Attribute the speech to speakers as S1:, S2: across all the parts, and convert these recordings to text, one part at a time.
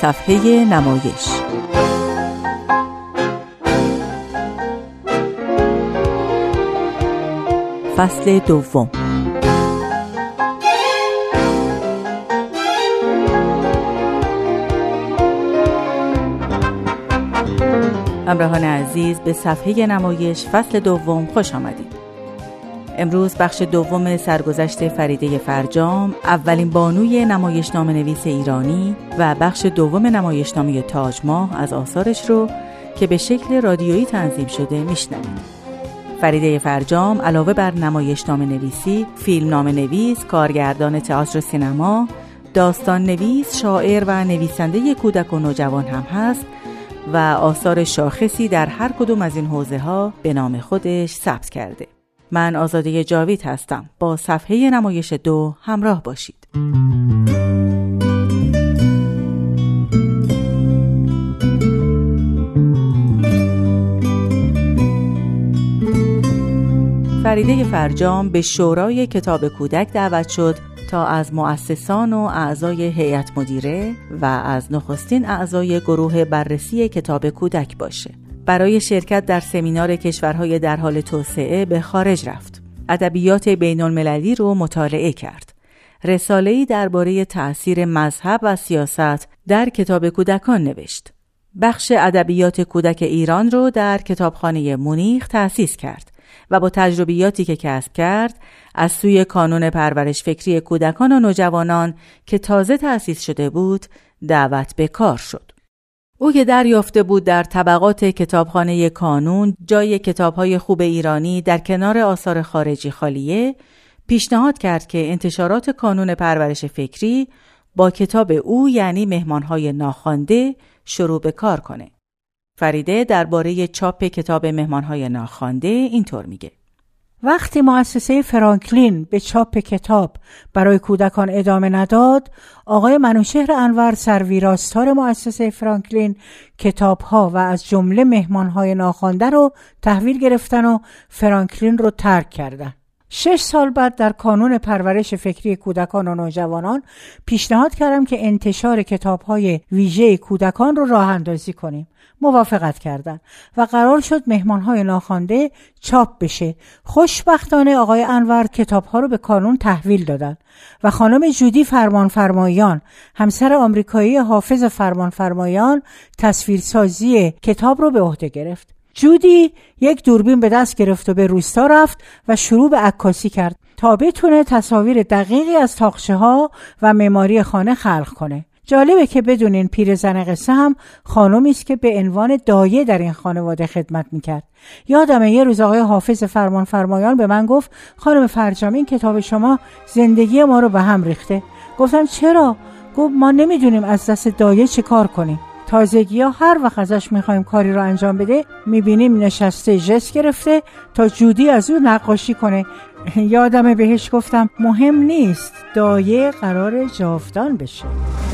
S1: صفحه نمایش. فصل دوم. همراهان عزیز، به صفحه نمایش فصل دوم خوش آمدید. امروز بخش دوم سرگذشت فریده فرجام، اولین بانوی نمایشنامه نویس ایرانی و بخش دوم نمایشنامه تاج ماه از آثارش رو که به شکل رادیویی تنظیم شده میشنوید. فریده فرجام علاوه بر نمایشنامه نویسی، فیلمنامه نویس، کارگردان تئاتر و سینما، داستان نویس، شاعر و نویسنده کودک و نوجوان هم هست و آثار شاخصی در هر کدوم از این حوزه‌ها به نام خودش ثبت کرده. من آزاده جاوید هستم. با صفحه نمایش 2 همراه باشید. فریده فرجام به شورای کتاب کودک دعوت شد تا از مؤسسان و اعضای هیئت مدیره و از نخستین اعضای گروه بررسی کتاب کودک باشه. برای شرکت در سمینار کشورهای در حال توسعه به خارج رفت. ادبیات بین‌المللی رو مطالعه کرد. رساله‌ای درباره تأثیر مذهب و سیاست در کتاب کودکان نوشت. بخش ادبیات کودک ایران رو در کتابخانه مونیخ تأسیس کرد و با تجربیاتی که کسب کرد از سوی کانون پرورش فکری کودکان و نوجوانان که تازه تأسیس شده بود دعوت به کار شد. او که دریافته بود در طبقات کتابخانه کانون جای کتاب‌های خوب ایرانی در کنار آثار خارجی خالیه، پیشنهاد کرد که انتشارات کانون پرورش فکری با کتاب او یعنی مهمان‌های ناخوانده شروع به کار کنه. فریده درباره چاپ کتاب مهمان‌های ناخوانده اینطور میگه:
S2: وقتی مؤسسه فرانکلین به چاپ کتاب برای کودکان ادامه نداد، آقای منوچهر انور سرویراستار مؤسسه فرانکلین کتاب‌ها و از جمله مهمان‌های ناخوانده رو تحویل گرفتن و فرانکلین رو ترک کردن. 6 سال بعد در کانون پرورش فکری کودکان و نوجوانان پیشنهاد کردم که انتشار کتاب‌های ویژه کودکان رو راه اندازی کنیم. موافقت کردن و قرار شد مهمان‌های ناخوانده چاپ بشه. خوشبختانه آقای انور کتاب‌ها رو به کانون تحویل دادن و خانم جودی فرمانفرمایان، همسر آمریکایی حافظ فرمانفرمایان، تصویرسازی کتاب رو به عهده گرفت. جودی یک دوربین به دست گرفت و به روستا رفت و شروع به عکاسی کرد تا بتونه تصاویر دقیقی از تاقچه‌ها و معماری خانه خلق کنه. جالبه که بدونین پیرزن قصه هم خانومی است که به عنوان دایه در این خانواده خدمت میکرد. یادمه یه روز آقای حافظ فرمانفرمایان به من گفت خانم فرجام این کتاب شما زندگی ما رو به هم ریخته. گفتم چرا؟ گفت ما نمیدونیم از دست دایه چه کار کنیم. تازگی‌ها هر وقت ازش میخوایم کاری رو انجام بده میبینیم نشسته ژست گرفته تا جودی از اون نقاشی کنه. یادمه بهش گفتم مهم نیست، دایه قرار جاودان بشه.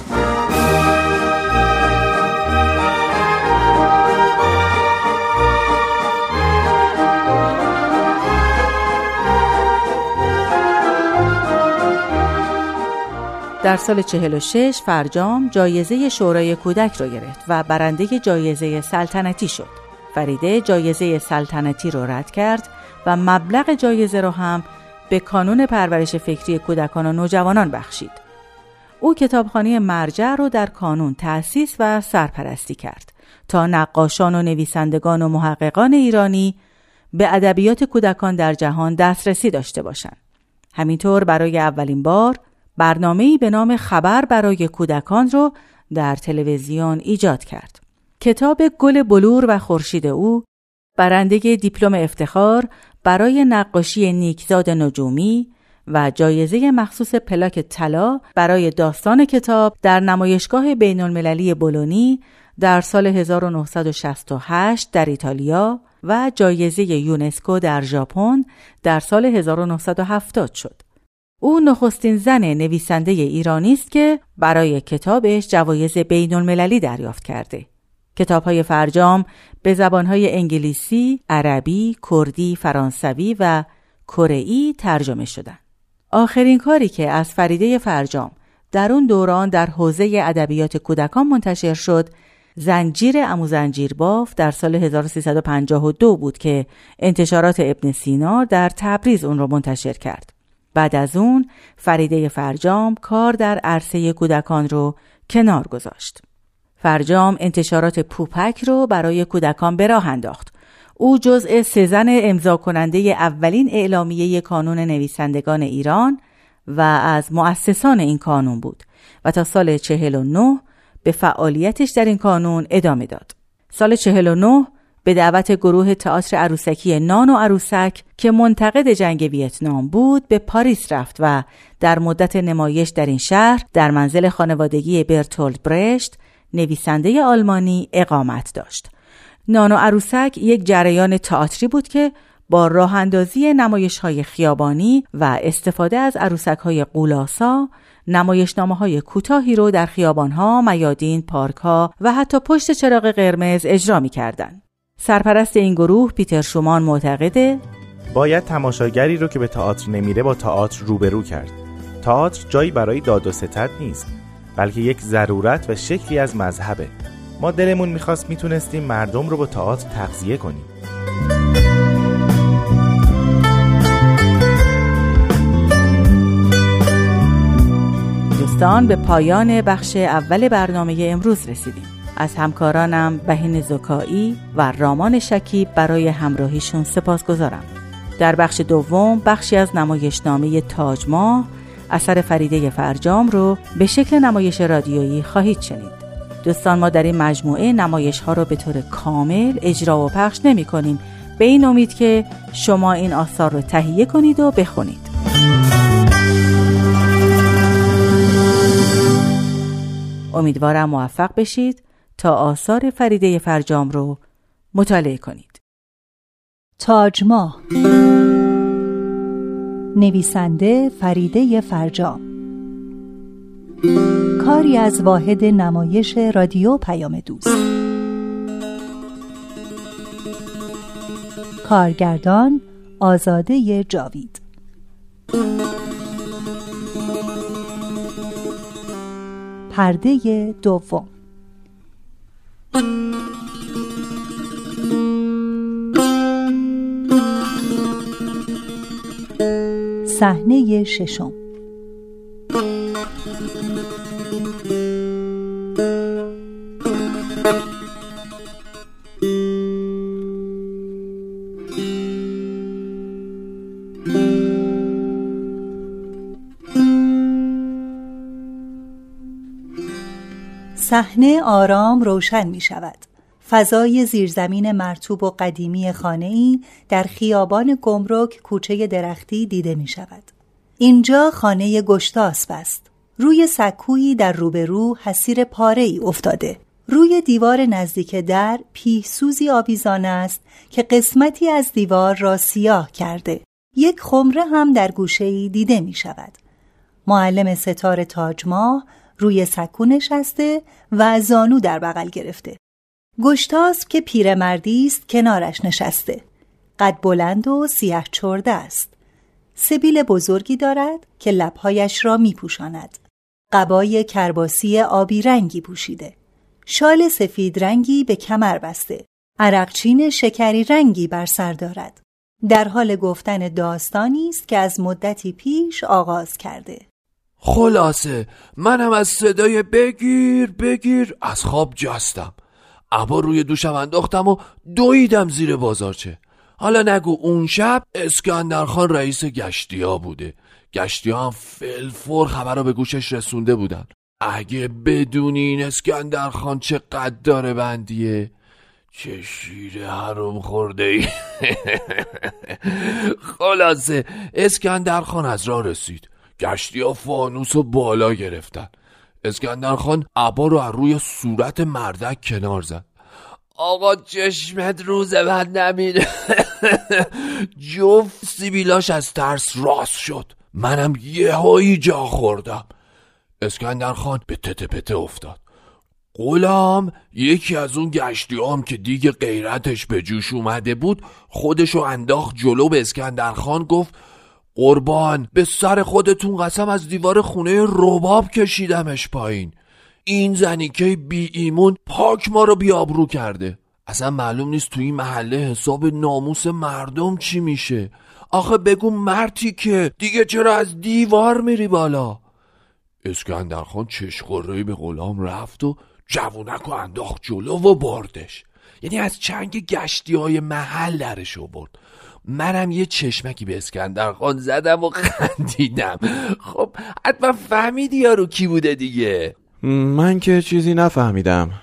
S1: در سال 46 فرجام جایزه شورای کودک رو گرفت و برنده جایزه سلطنتی شد. فریده جایزه سلطنتی رو رد کرد و مبلغ جایزه رو هم به کانون پرورش فکری کودکان و نوجوانان بخشید. او کتابخانه مرجع رو در کانون تأسیس و سرپرستی کرد تا نقاشان و نویسندگان و محققان ایرانی به ادبیات کودکان در جهان دسترسی داشته باشند. همینطور برای اولین بار برنامه‌ای به نام خبر برای کودکان رو در تلویزیون ایجاد کرد. کتاب گل بلور و خورشید او برنده دیپلم افتخار برای نقاشی نیکزاد نجومی و جایزه مخصوص پلاک طلا برای داستان کتاب در نمایشگاه بین‌المللی بولونی در سال 1968 در ایتالیا و جایزه یونسکو در ژاپن در سال 1970 شد. او نخستین زن نویسنده ایرانی است که برای کتابش جوایز بین‌المللی دریافت کرده. کتاب‌های فرجام به زبان‌های انگلیسی، عربی، کردی، فرانسوی و کره‌ای ترجمه شدند. آخرین کاری که از فریده فرجام در اون دوران در حوزه ادبیات کودکان منتشر شد، زنجیر عمو زنجیرباف در سال 1352 بود که انتشارات ابن سینا در تبریز اون رو منتشر کرد. بعد از اون فریده فرجام کار در عرصه کودکان رو کنار گذاشت. فرجام انتشارات پوپک رو برای کودکان به راه انداخت. او جزء 3 زن امضا کننده اولین اعلامیه کانون نویسندگان ایران و از مؤسسان این کانون بود و تا سال 49 به فعالیتش در این کانون ادامه داد. سال 49 به دعوت گروه تئاتر عروسکی نان و عروسک که منتقد جنگ ویتنام بود به پاریس رفت و در مدت نمایش در این شهر در منزل خانوادگی برتولد برشت نویسنده آلمانی اقامت داشت. نان و عروسک یک جریان تئاتری بود که با راه اندازی نمایش‌های خیابانی و استفاده از عروسک‌های قولاسا نمایشنامه‌های کوتاهی رو در خیابان‌ها، میادین، پارک‌ها و حتی پشت چراغ قرمز اجرا می‌کردند. سرپرست این گروه پیتر شومان معتقده
S3: باید تماشاگری رو که به تئاتر نمیره با تئاتر روبرو کرد. تئاتر جایی برای داد و ستد نیست، بلکه یک ضرورت و شکلی از مذهبه. ما دلمون می‌خواست میتونستیم مردم رو با تئاتر تغذیه کنیم.
S1: دوستان، به پایان بخش اول برنامه امروز رسیدیم. از همکارانم بهین زکایی و رامان شکیب برای همراهیشون سپاسگزارم. در بخش دوم بخشی از نمایشنامه تاج ماه اثر فریده فرجام رو به شکل نمایش رادیویی خواهید شنید. دوستان، ما در این مجموعه نمایش ها رو به طور کامل اجرا و پخش نمی کنیم، به این امید که شما این آثار رو تهیه کنید و بخونید. امیدوارم موفق بشید تا آثار فریده فرجام رو مطالعه کنید.
S4: تاج ماه، نویسنده فریده فرجام، کاری از واحد نمایش رادیو پیام دوست، کارگردان آزاده جاوید. پرده دوم. صحنه ششم. صحنه آرام روشن می شود. فضای زیرزمین مرطوب و قدیمی خانه‌ای در خیابان گمرک کوچه درختی دیده می شود. اینجا خانه گشتاسپ است. روی سکویی در روبرو حصیر پاره‌ای افتاده. روی دیوار نزدیک در پیه‌سوزی آویزان است که قسمتی از دیوار را سیاه کرده. یک خمره هم در گوشه‌ای دیده می شود. معلم ستار تاج ماه روی سکو نشسته و زانو در بغل گرفته. گشتاسپ که پیرمردی است کنارش نشسته. قد بلند و سیاه چرده است. سبیل بزرگی دارد که لبهایش را می پوشاند. قبای کرباسی آبی رنگی پوشیده. شال سفید رنگی به کمر بسته. عرقچین شکری رنگی بر سر دارد. در حال گفتن داستانی است که از مدتی پیش آغاز کرده.
S5: خلاصه منم از صدای بگیر بگیر از خواب جستم. عبا روی دوشم انداختم و دویدم زیر بازارچه. حالا نگو اون شب اسکندرخان رئیس گشتیا بوده. گشتیا هم فلفور خبر رو به گوشش رسونده بودن. اگه بدونی این اسکندرخان چه قدار بندیه، چه شیر حروم خورده ای. خلاصه اسکندرخان از راه رسید. گشتیا فانوس رو بالا گرفتن. اسکندرخان عبا رو از روی صورت مردک کنار زد. آقا چشمت روز من نمیره. جفت سیبیلاش از ترس راست شد. منم یهویی جا خوردم. اسکندرخان به تته پته افتاد. غلام، یکی از اون گشتیام که دیگه غیرتش به جوش اومده بود، خودشو انداخت جلو به اسکندرخان، گفت قربان به سر خودتون قسم از دیوار خونه رباب کشیدمش پایین. این زنیکه بی ایمون پاک ما رو بی آبرو کرده. اصلا معلوم نیست تو این محله حساب ناموس مردم چی میشه. آخه بگو مرتی که دیگه چرا از دیوار میری بالا؟ اسکندرخان چشقره‌ای به غلام رفت و جوونک رو انداخت جلو و بردش. یعنی از چنگ گشتی های محل درش آورد. منم یه چشمکی به اسکندرخان زدم و خندیدم. خب حتما فهمیدی یارو کی بوده دیگه.
S6: من که چیزی نفهمیدم.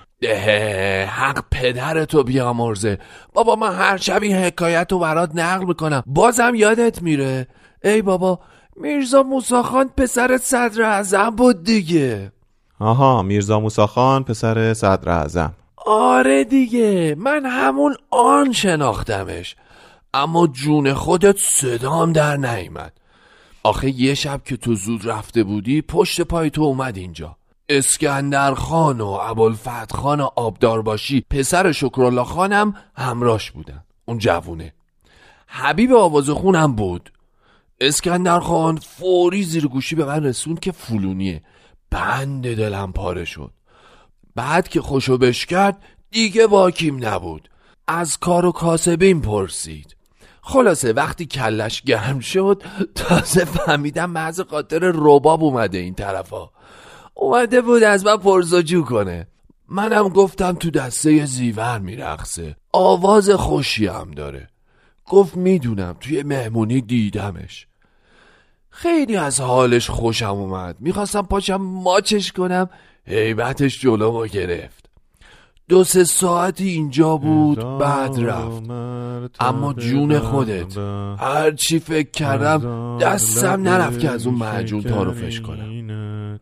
S5: حق پدرتو بیامرزه. بابا من هر شب این حکایتو برات نقل میکنم بازم یادت میره. ای بابا میرزا موسی‌خان پسر صدر اعظم بود دیگه.
S6: آها میرزا موسی‌خان پسر صدر اعظم.
S5: آره دیگه من همون آن شناختمش. اما جون خودت صدام در نیامد. آخه یه شب که تو زود رفته بودی پشت پای تو اومد اینجا. اسکندرخان و ابوالفتح خان آبدارباشی پسر شکرالله خانم همراش بودن. اون جوونه حبیب آوازخونم بود. اسکندرخان فوری زیر گوشی به من رسوند که فلونیه. بند دلم پاره شد. بعد که خوشو بش کرد دیگه باکیم نبود. از کار و کاسبین پرسید. خلاصه وقتی کلش گرم شد تازه فهمیدم محض خاطر رباب اومده این طرفا. اومده بود از من پرسجو کنه. منم گفتم تو دسته زیور میرقصه، آواز خوشی هم داره. گفت میدونم توی مهمونی دیدمش. خیلی از حالش خوشم اومد. میخواستم پاشم ماچش کنم، هیبتش جلومو گرفت. 2-3 ساعتی اینجا بود بعد رفت. اما جون خودت هر چی فکر کردم دستم نرفت که از اون معجون تعارفش کنم.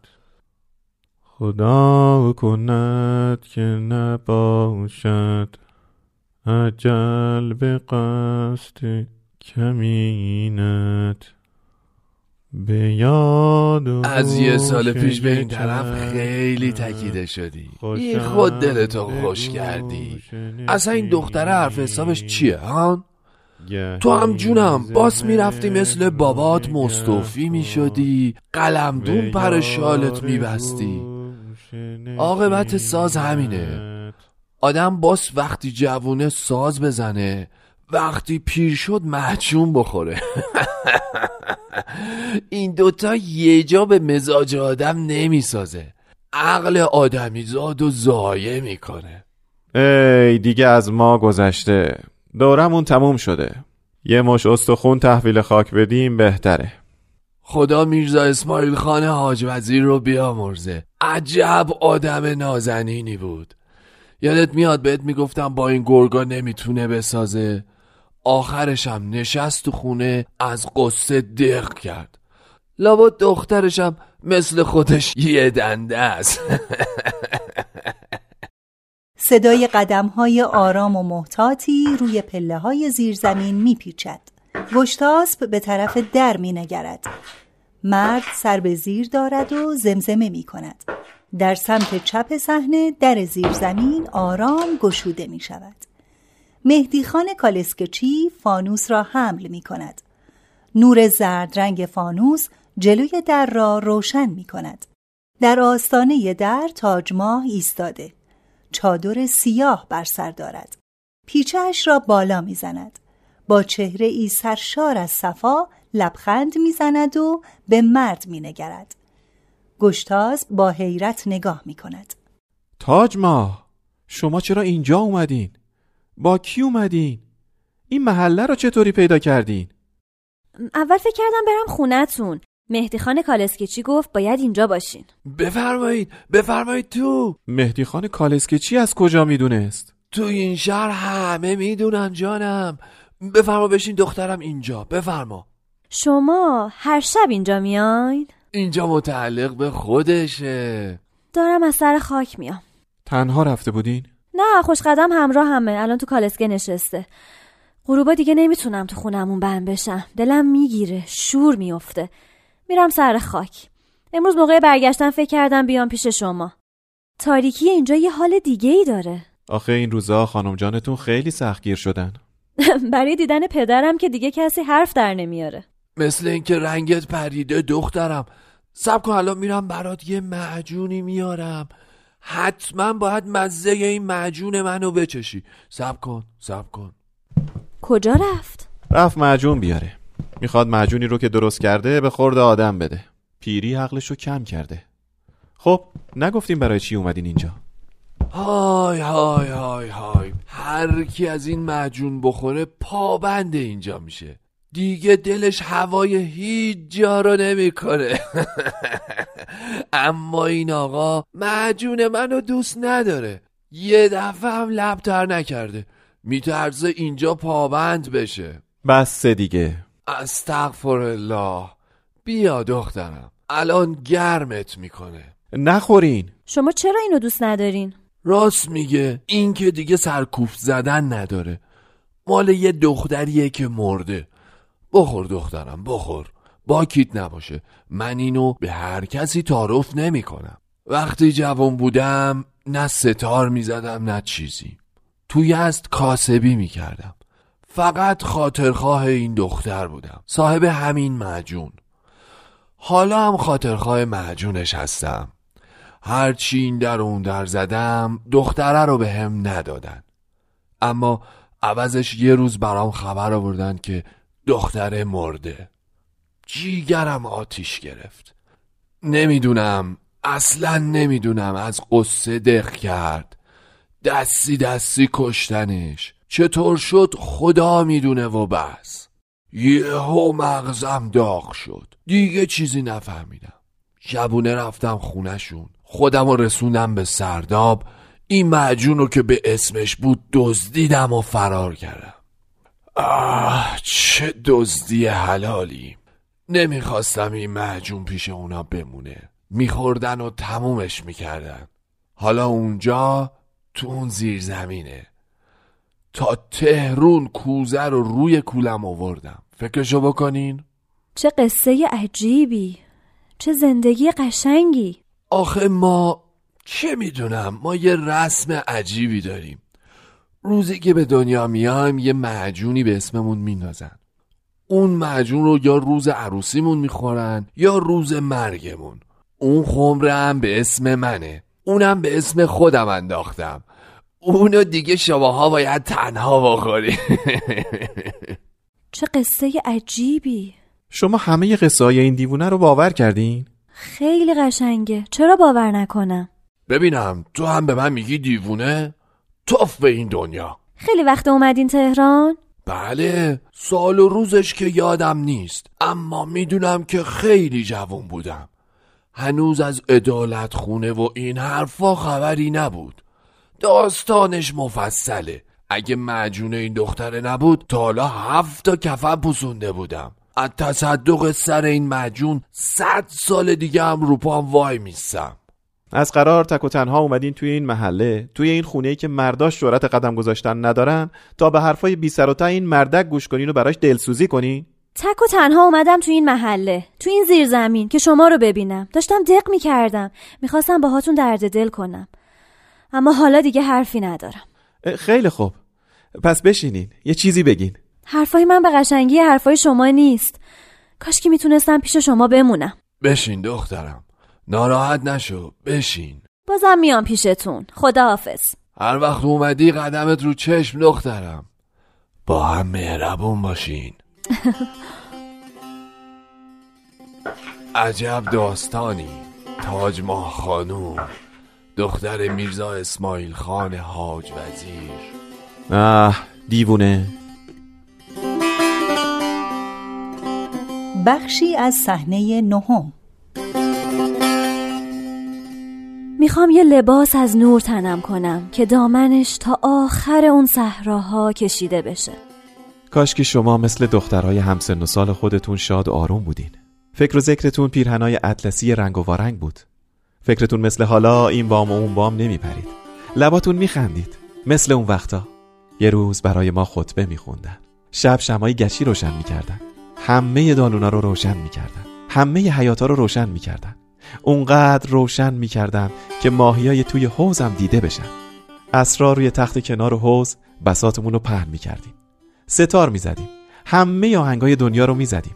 S6: خدا کند که نباشد اجل به قصد کمینت. به یاد
S5: از یه سال پیش به این طرف خیلی تکیده شدی. این خود دلتو خوش کردی. اصلا این دختره حرف حسابش چیه هان؟ تو هم جونم باس میرفتی مثل بابات مستوفی میشدی، قلمدون پر شالت میبستی. عاقبت ساز همینه. آدم باس وقتی جوونه ساز بزنه، وقتی پیر شد محجون بخوره. این دوتا یه جا به مزاج آدم نمیسازه، عقل آدمی زاد و ضایع میکنه.
S6: ای دیگه از ما گذشته، دورمون تموم شده. یه مش استخون تحویل خاک بدیم بهتره.
S5: خدا میرزا اسماعیل خان حاج وزیر رو بیامرزه. عجب آدم نازنینی بود. یادت میاد بهت میگفتم با این گرگا نمیتونه بسازه؟ آخرشم نشست تو خونه از قصه دق کرد. لابد دخترشم مثل خودش یه دنده است.
S4: صدای قدم‌های آرام و محتاطی روی پله‌های زیرزمین میپیچد. گشتاسپ به طرف در مینگرد. مرد سر به زیر دارد و زمزمه میکند. در سمت چپ صحنه در زیرزمین آرام گشوده میشود. مهدی خان کالسکچی فانوس را حمل میکند. نور زرد رنگ فانوس جلوی در را روشن میکند. در آستانه در تاج ماه ایستاده. چادر سیاه بر سر دارد. پیچه‌اش را بالا میزند. با چهره ای سرشار از صفا لبخند میزند و به مرد مینگرد. گشتاسپ با حیرت نگاه میکند.
S6: تاج ماه، شما چرا اینجا اومدین؟ با کی اومدین؟ این محله رو چطوری پیدا کردین؟
S7: اول فکر کردم برم خونتون. مهدی خان کالسکچی گفت باید اینجا باشین.
S5: بفرمایید تو.
S6: مهدی خان کالسکچی از کجا میدونست؟
S5: تو این شهر همه میدونن جانم. بفرما بشین دخترم اینجا. بفرما.
S7: شما هر شب اینجا میاین؟
S5: اینجا متعلق به خودشه.
S7: دارم از سر خاک میام.
S6: تنها رفته بودین؟
S7: نه، خوشقدم همراه همه. الان تو کالسکه نشسته. غروبا دیگه نمیتونم تو خونمون بند بشم. دلم میگیره، شور میفته. میرم سر خاک. امروز موقع برگشتن فکر کردم بیام پیش شما. تاریکی اینجا یه حال دیگه ای داره.
S6: آخه این روزا خانم جانتون خیلی سختگیر شدن.
S7: برای دیدن پدرم که دیگه کسی حرف در نمیاره.
S5: مثل اینکه رنگت پریده دخترم. صبر کن الان میرم برات یه معجونی میارم. حتما باید مزه این معجون منو بچشی. صبر کن.
S7: کجا رفت؟
S6: رفت معجون بیاره. میخواد معجونی رو که درست کرده به خورد آدم بده. پیری عقلشو کم کرده. خب نگفتیم برای چی اومدین اینجا؟
S5: های هر کی از این معجون بخوره پابند اینجا میشه. دیگه دلش هوای هیچ جا رو نمیکنه. اما این آقا معجون منو دوست نداره. یه دفعه هم لب تر نکرده. میترسه اینجا پابند بشه.
S6: بس دیگه.
S5: استغفرالله. بیا دخترم، الان گرمت میکنه.
S6: نخورین.
S7: شما چرا اینو دوست ندارین؟
S5: راست میگه. این که دیگه سرکوف زدن نداره. مال یه دختریه که مرده. بخور دخترم بخور. باکیت نباشه. من اینو به هر کسی تعارف نمی کنم. وقتی جوان بودم نه ستار می زدم نه چیزی. توی است کاسبی می کردم. فقط خاطرخواه این دختر بودم، صاحب همین معجون. حالا هم خاطرخواه معجونش هستم. هرچی این در اون در زدم دختره رو به هم ندادن. اما عوضش یه روز برام خبر آوردن که دختره مرده. جیگرم آتیش گرفت. اصلا نمیدونم از قصه دق کرد. دستی کشتنش. چطور شد خدا میدونه و بس. یهو مغزم داغ شد. دیگه چیزی نفهمیدم. شبونه رفتم خونهشون. خودم رسوندم به سرداب. این معجون رو که به اسمش بود دزدیدم و فرار کردم. چه دزدی حلالی. نمیخواستم این معجون پیش اونا بمونه. میخوردن و تمومش میکردن. حالا اونجا تو اون زیر زمینه. تا تهرون کوزه رو روی کولم آوردم. فکرشو بکنین.
S7: چه قصه عجیبی. چه زندگی قشنگی.
S5: آخه ما چه میدونم، ما یه رسم عجیبی داریم. روزی که به دنیا میایم یه معجونی به اسممون مینازن. اون معجون رو یا روز عروسیمون میخورن یا روز مرگمون. اون خمره هم به اسم منه. اونم به اسم خودم انداختم. اونو دیگه شماها باید تنها بخوری.
S7: چه قصه عجیبی.
S6: شما همه قصه های این دیوونه رو باور کردین؟
S7: خیلی قشنگه. چرا باور نکنم؟
S5: ببینم تو هم به من میگی دیوونه؟ توف به این دنیا.
S7: خیلی وقت اومدین تهران؟
S5: بله، سال و روزش که یادم نیست، اما میدونم که خیلی جوان بودم. هنوز از عدالت خونه و این حرفا خبری نبود. داستانش مفصله. اگه معجون این دختره نبود تا حالا 7 تا کفن پوسونده بودم. از تصدق سر این معجون 100 سال دیگه هم رو پام وای میستم.
S6: از قرار تک و تنها اومدین توی این محله، توی این خونه‌ای که مرداش جرأت قدم گذاشتن ندارن، تا به حرفای بی سر و ته این مردک گوش کنین و براش دلسوزی کنین؟
S7: تک و تنها اومدم توی این محله، توی این زیرزمین که شما رو ببینم. داشتم دق می‌کردم. می‌خواستم باهاتون درد دل کنم. اما حالا دیگه حرفی ندارم.
S6: خیلی خوب. پس بشینین، یه چیزی بگین.
S7: حرفای من به قشنگی حرفای شما نیست. کاش که میتونستم پیش شما بمونم.
S5: بشین دخترم. ناراحت نشو، بشین.
S7: بازم میام پیشتون. خداحافظ.
S5: هر وقت اومدی قدمت رو چشم دخترم. با هم مهربون باشین. عجب داستانی. تاج ماه خانوم، دختر میرزا اسماعیل خان حاج وزیر.
S6: دیوونه.
S4: بخشی از صحنه 9.
S7: میخوام یه لباس از نور تنم کنم که دامنش تا آخر اون صحراها کشیده بشه.
S6: کاش که شما مثل دخترهای همسن و سال خودتون شاد و آروم بودین. فکر و ذکرتون پیرهنای اطلسی رنگ و وارنگ بود. فکرتون مثل حالا این بام و اون بام نمیپرید. لباتون میخندید مثل اون وقتا. یه روز برای ما خطبه میخوندن. شب شمعای گچی روشن میکردن. همه دالونا رو روشن میکردن. همه حیاتا رو روشن میکردن. اونقدر روشن میکردن که ماهیای توی حوضم دیده بشن. عصرا روی تخت کنار حوض بساطمون رو پهن میکردیم. ستار میزدیم. همه آهنگای دنیا رو میزدیم.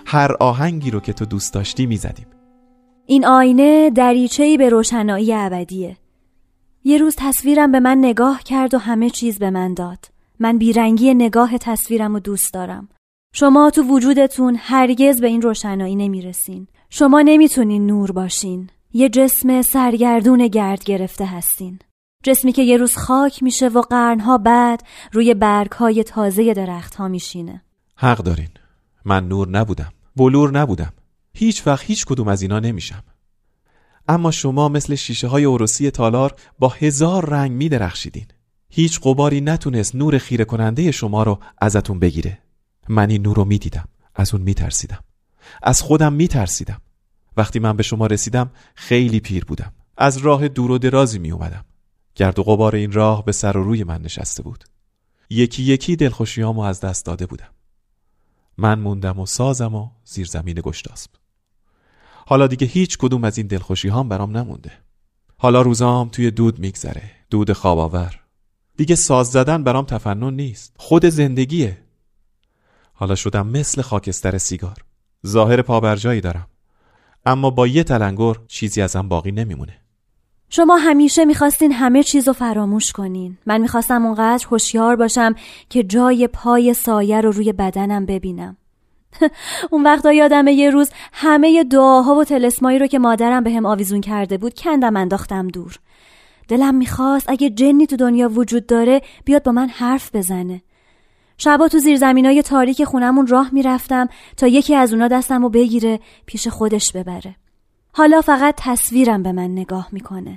S6: هر آهنگی رو که تو دوست داشتی میزدیم.
S7: این آینه دریچه‌ای به روشنایی ابدیه. یه روز تصویرم به من نگاه کرد و همه چیز به من داد. من بیرنگی نگاه تصویرم رو دوست دارم. شما تو وجودتون هرگز به این روشنایی نمیرسین. شما نمیتونین نور باشین. یه جسم سرگردون گرد گرفته هستین. جسمی که یه روز خاک میشه و قرنها بعد روی برگ‌های تازه درخت‌ها میشینه.
S6: حق دارین. من نور نبودم. بلور نبودم. هیچ وقت هیچ کدوم از اینا نمیشم. اما شما مثل شیشه های اوروسی تالار با 1000 رنگ می درخشیدین. هیچ غباری نتونست نور خیره کننده شما رو ازتون بگیره. من این نور رو می دیدم. از اون می ترسیدم. از خودم می ترسیدم. وقتی من به شما رسیدم خیلی پیر بودم. از راه دور و درازی می اومدم. گرد و غبار این راه به سر و روی من نشسته بود. یکی یکی دلخوشیامو از دست داده بودم. من موندم و سازم و زیر زمین گشتاسب. حالا دیگه هیچ کدوم از این دلخوشی هام برام نمونده. حالا روزام توی دود میگذره. دود خواب آور. دیگه ساز زدن برام تفنن نیست. خود زندگیه. حالا شدم مثل خاکستر سیگار. ظاهر پابرجایی دارم. اما با یه تلنگر چیزی ازم باقی نمیمونه.
S7: شما همیشه میخواستین همه چیزو فراموش کنین. من میخواستم اونقدر هوشیار باشم که جای پای سایه رو روی بدنم ببینم. اون وقتا یادمه یه روز همه دعاها و طلسمایی رو که مادرم بهم آویزون کرده بود کندم انداختم دور. دلم میخواست اگه جنی تو دنیا وجود داره بیاد با من حرف بزنه. شبا تو زیرزمینای تاریک خونمون راه میرفتم تا یکی از اونا دستمو بگیره پیش خودش ببره. حالا فقط تصویرم به من نگاه میکنه.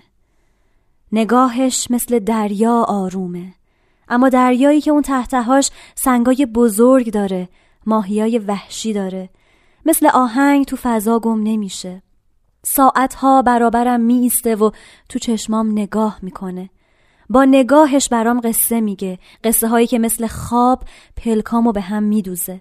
S7: نگاهش مثل دریا آرومه. اما دریایی که اون تحتهاش سنگای بزرگ داره، ماهیای وحشی داره. مثل آهنگ تو فضا گم نمیشه. ساعتها برابرم میسته و تو چشمام نگاه میکنه. با نگاهش برام قصه میگه. قصه هایی که مثل خواب پلکامو به هم میدوزه.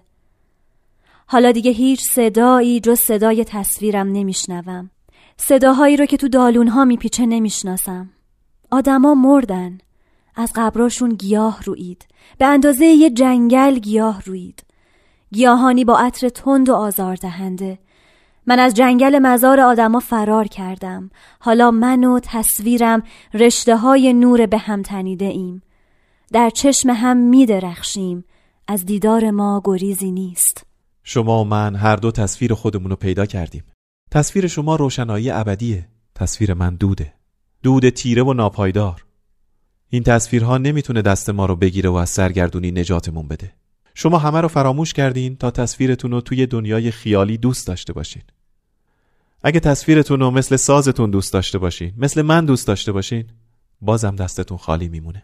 S7: حالا دیگه هیچ صدایی جز صدای تصویرم نمیشنوم. صداهایی رو که تو دالونها میپیچه نمیشناسم. آدما مردن. از قبراشون گیاه رویید. به اندازه یه جنگل گیاه رویید. گیاهانی با عطر تند و آزاردهنده. من از جنگل مزار آدما فرار کردم. حالا من و تصویرم رشته‌های نور به هم تنیده ایم. در چشم هم میدرخشیم. از دیدار ما گریزی نیست.
S6: شما و من هر دو تصویر خودمونو پیدا کردیم. تصویر شما روشنایی ابدیه. تصویر من دوده. دود تیره و ناپایدار. این تصویرها نمیتونه دست ما رو بگیره و از سرگردونی نجاتمون بده. شما همه رو فراموش کردین تا تصویرتون رو توی دنیای خیالی دوست داشته باشین. اگه تصویرتون رو مثل سازتون دوست داشته باشین، مثل من دوست داشته باشین، بازم دستتون خالی میمونه.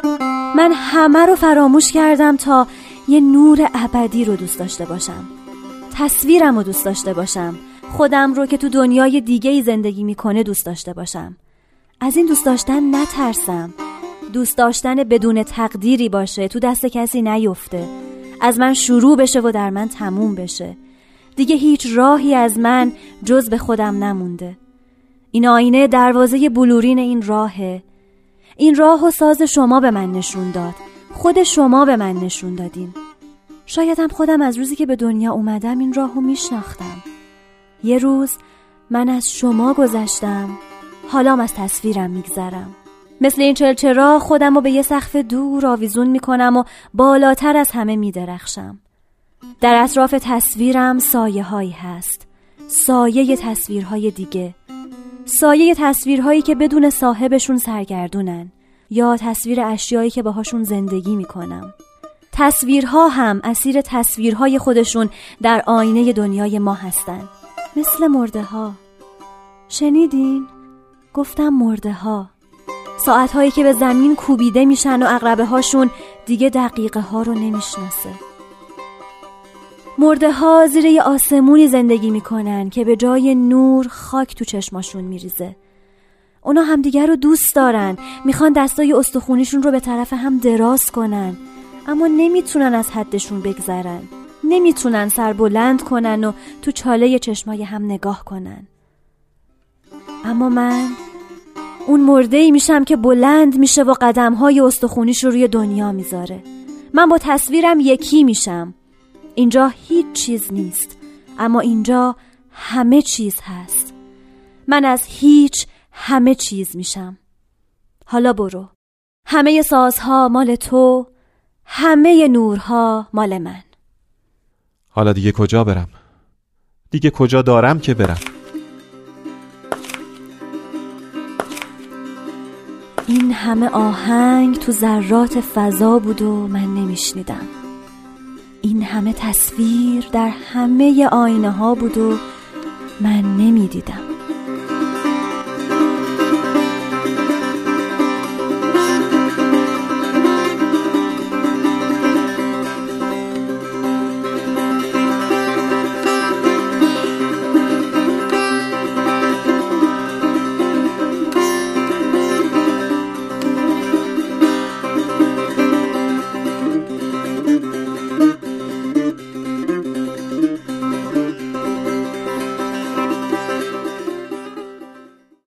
S7: من همه رو فراموش کردم تا یه نور ابدی رو دوست داشته باشم. تصویرم رو دوست داشته باشم. خودم رو که تو دنیای دیگه‌ای زندگی میکنه دوست داشته باشم. از این دوست داشتن نترسم. دوست داشتن بدون تقدیری باشه، تو دست کسی نیفته. از من شروع بشه و در من تموم بشه. دیگه هیچ راهی از من جز به خودم نمونده. این آینه دروازه بلورین این راهه. این راه و ساز شما به من نشون داد. خود شما به من نشون دادین. شایدم خودم از روزی که به دنیا اومدم این راهو میشناختم. یه روز من از شما گذشتم، حالام از تصویرم میگذرم. مثل این چلچرا خودم رو به یه سقف دور آویزون میکنم و بالاتر از همه میدرخشم. در اطراف تصویرم سایه هایی هست. سایه تصویرهای دیگه. سایه تصویرهایی که بدون صاحبشون سرگردونن. یا تصویر اشیایی که باهاشون زندگی میکنم. تصویرها هم اسیر تصویرهای خودشون در آینه دنیای ما هستن. مثل مرده ها. شنیدین؟ گفتم مرده ها. ساعتهایی که به زمین کوبیده میشن و عقربه هاشون دیگه دقیقه ها رو نمیشناسه. مرده ها زیر یه آسمونی زندگی میکنن که به جای نور خاک تو چشماشون میریزه. اونا همدیگر رو دوست دارن. میخوان دستای استخونیشون رو به طرف هم دراز کنن. اما نمیتونن از حدشون بگذرن. نمیتونن سر بلند کنن و تو چاله چشمای هم نگاه کنن. اما من اون مرده‌ای میشم که بلند میشه و قدم‌های استخونیش رو روی دنیا میذاره. من با تصویرم یکی میشم. اینجا هیچ چیز نیست. اما اینجا همه چیز هست. من از هیچ همه چیز میشم. حالا برو. همه سازها مال تو، همه نورها مال من.
S6: حالا دیگه کجا برم؟ دیگه کجا دارم که برم؟
S7: این همه آهنگ تو ذرات فضا بود و من نمیشنیدم. این همه تصویر در همه آینه ها بود و من نمیدیدم.